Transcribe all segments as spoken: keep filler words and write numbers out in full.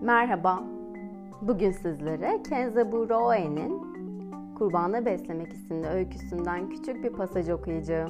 Merhaba, bugün sizlere Kenzaburo Oe'nin Kurbanı Beslemek isimli öyküsünden küçük bir pasaj okuyacağım.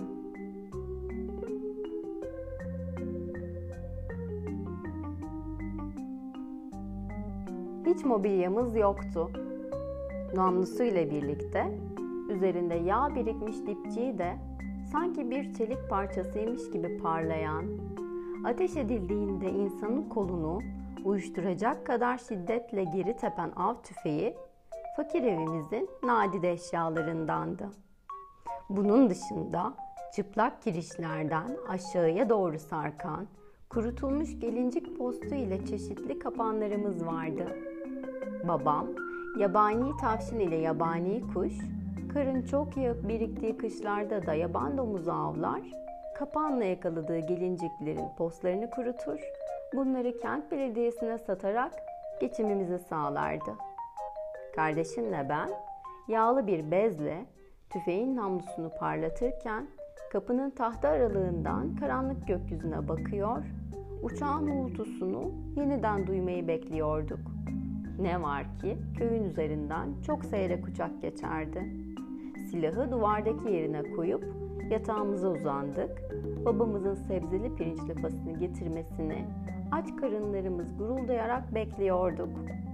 Hiç mobilyamız yoktu. Namlusu ile birlikte üzerinde yağ birikmiş dipçiği de sanki bir çelik parçasıymış gibi parlayan, ateş edildiğinde insanın kolunu uyuşturacak kadar şiddetle geri tepen av tüfeği fakir evimizin nadide eşyalarındandı. Bunun dışında çıplak kirişlerden aşağıya doğru sarkan kurutulmuş gelincik postu ile çeşitli kapanlarımız vardı. Babam yabani tavşan ile yabani kuş, karın çok yağıp biriktiği kışlarda da yaban domuzu avlar, kapanla yakaladığı gelinciklerin postlarını kurutur, bunları kent belediyesine satarak geçimimizi sağlardı. Kardeşimle ben yağlı bir bezle tüfeğin namlusunu parlatırken kapının tahta aralığından karanlık gökyüzüne bakıyor, uçağın uğultusunu yeniden duymayı bekliyorduk. Ne var ki köyün üzerinden çok seyrek uçak geçerdi. Silahı duvardaki yerine koyup yatağımıza uzandık. Babamızın sebzeli pirinç lapasını getirmesini aç karınlarımız guruldayarak bekliyorduk.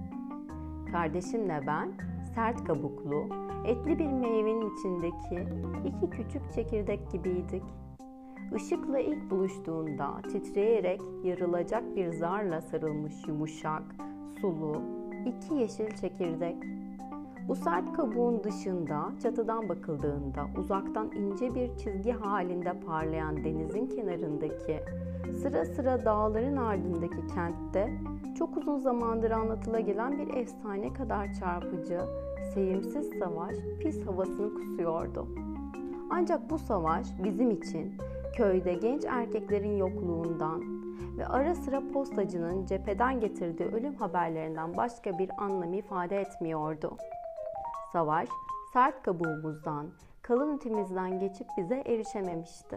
Kardeşimle ben sert kabuklu, etli bir meyvenin içindeki iki küçük çekirdek gibiydik. Işıkla ilk buluştuğunda titreyerek yarılacak bir zarla sarılmış yumuşak, sulu, iki yeşil çekirdek. Bu sert kabuğun dışında çatıdan bakıldığında uzaktan ince bir çizgi halinde parlayan denizin kenarındaki sıra sıra dağların ardındaki kentte çok uzun zamandır anlatıla gelen bir efsane kadar çarpıcı, sevimsiz savaş pis havasını kusuyordu. Ancak bu savaş bizim için köyde genç erkeklerin yokluğundan ve ara sıra postacının cepheden getirdiği ölüm haberlerinden başka bir anlam ifade etmiyordu. Savaş, sert kabuğumuzdan, kalın itimizden geçip bize erişememişti.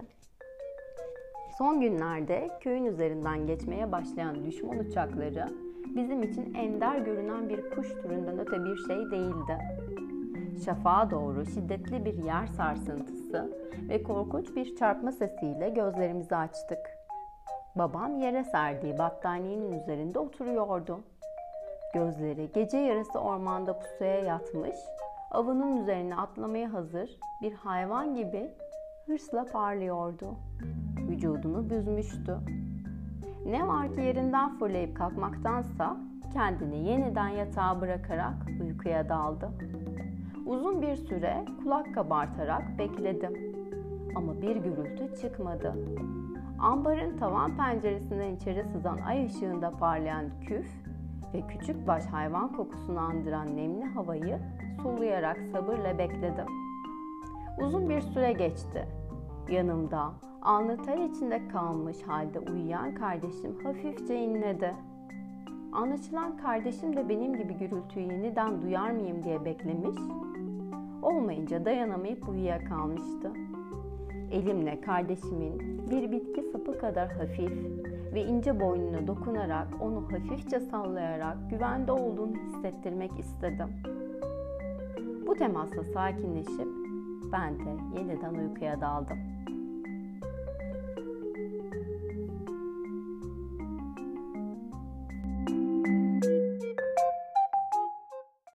Son günlerde köyün üzerinden geçmeye başlayan düşman uçakları bizim için ender görünen bir kuş türünden öte bir şey değildi. Şafağa doğru şiddetli bir yer sarsıntısı ve korkunç bir çarpma sesiyle gözlerimizi açtık. Babam yere serdiği battaniyenin üzerinde oturuyordu. Gözleri gece yarısı ormanda pusuya yatmış, avının üzerine atlamaya hazır bir hayvan gibi hırsla parlıyordu. Vücudunu büzmüştü. Ne var ki yerinden fırlayıp kalkmaktansa kendini yeniden yatağa bırakarak uykuya daldı. Uzun bir süre kulak kabartarak bekledim. Ama bir gürültü çıkmadı. Ambarın tavan penceresinden içeri sızan ay ışığında parlayan küf ve küçük baş hayvan kokusunu andıran nemli havayı soluyarak sabırla bekledim. Uzun bir süre geçti. Yanımda, alnı ter içinde kalmış halde uyuyan kardeşim hafifçe inledi. Anlaşılan kardeşim de benim gibi gürültüyü yeniden duyar mıyım diye beklemiş, olmayınca dayanamayıp uyuyakalmıştı. Elimle kardeşimin bir bitki sapı kadar hafif ve ince boynuna dokunarak onu hafifçe sallayarak güvende olduğunu hissettirmek istedim. Bu temasla sakinleşip ben de yeniden uykuya daldım.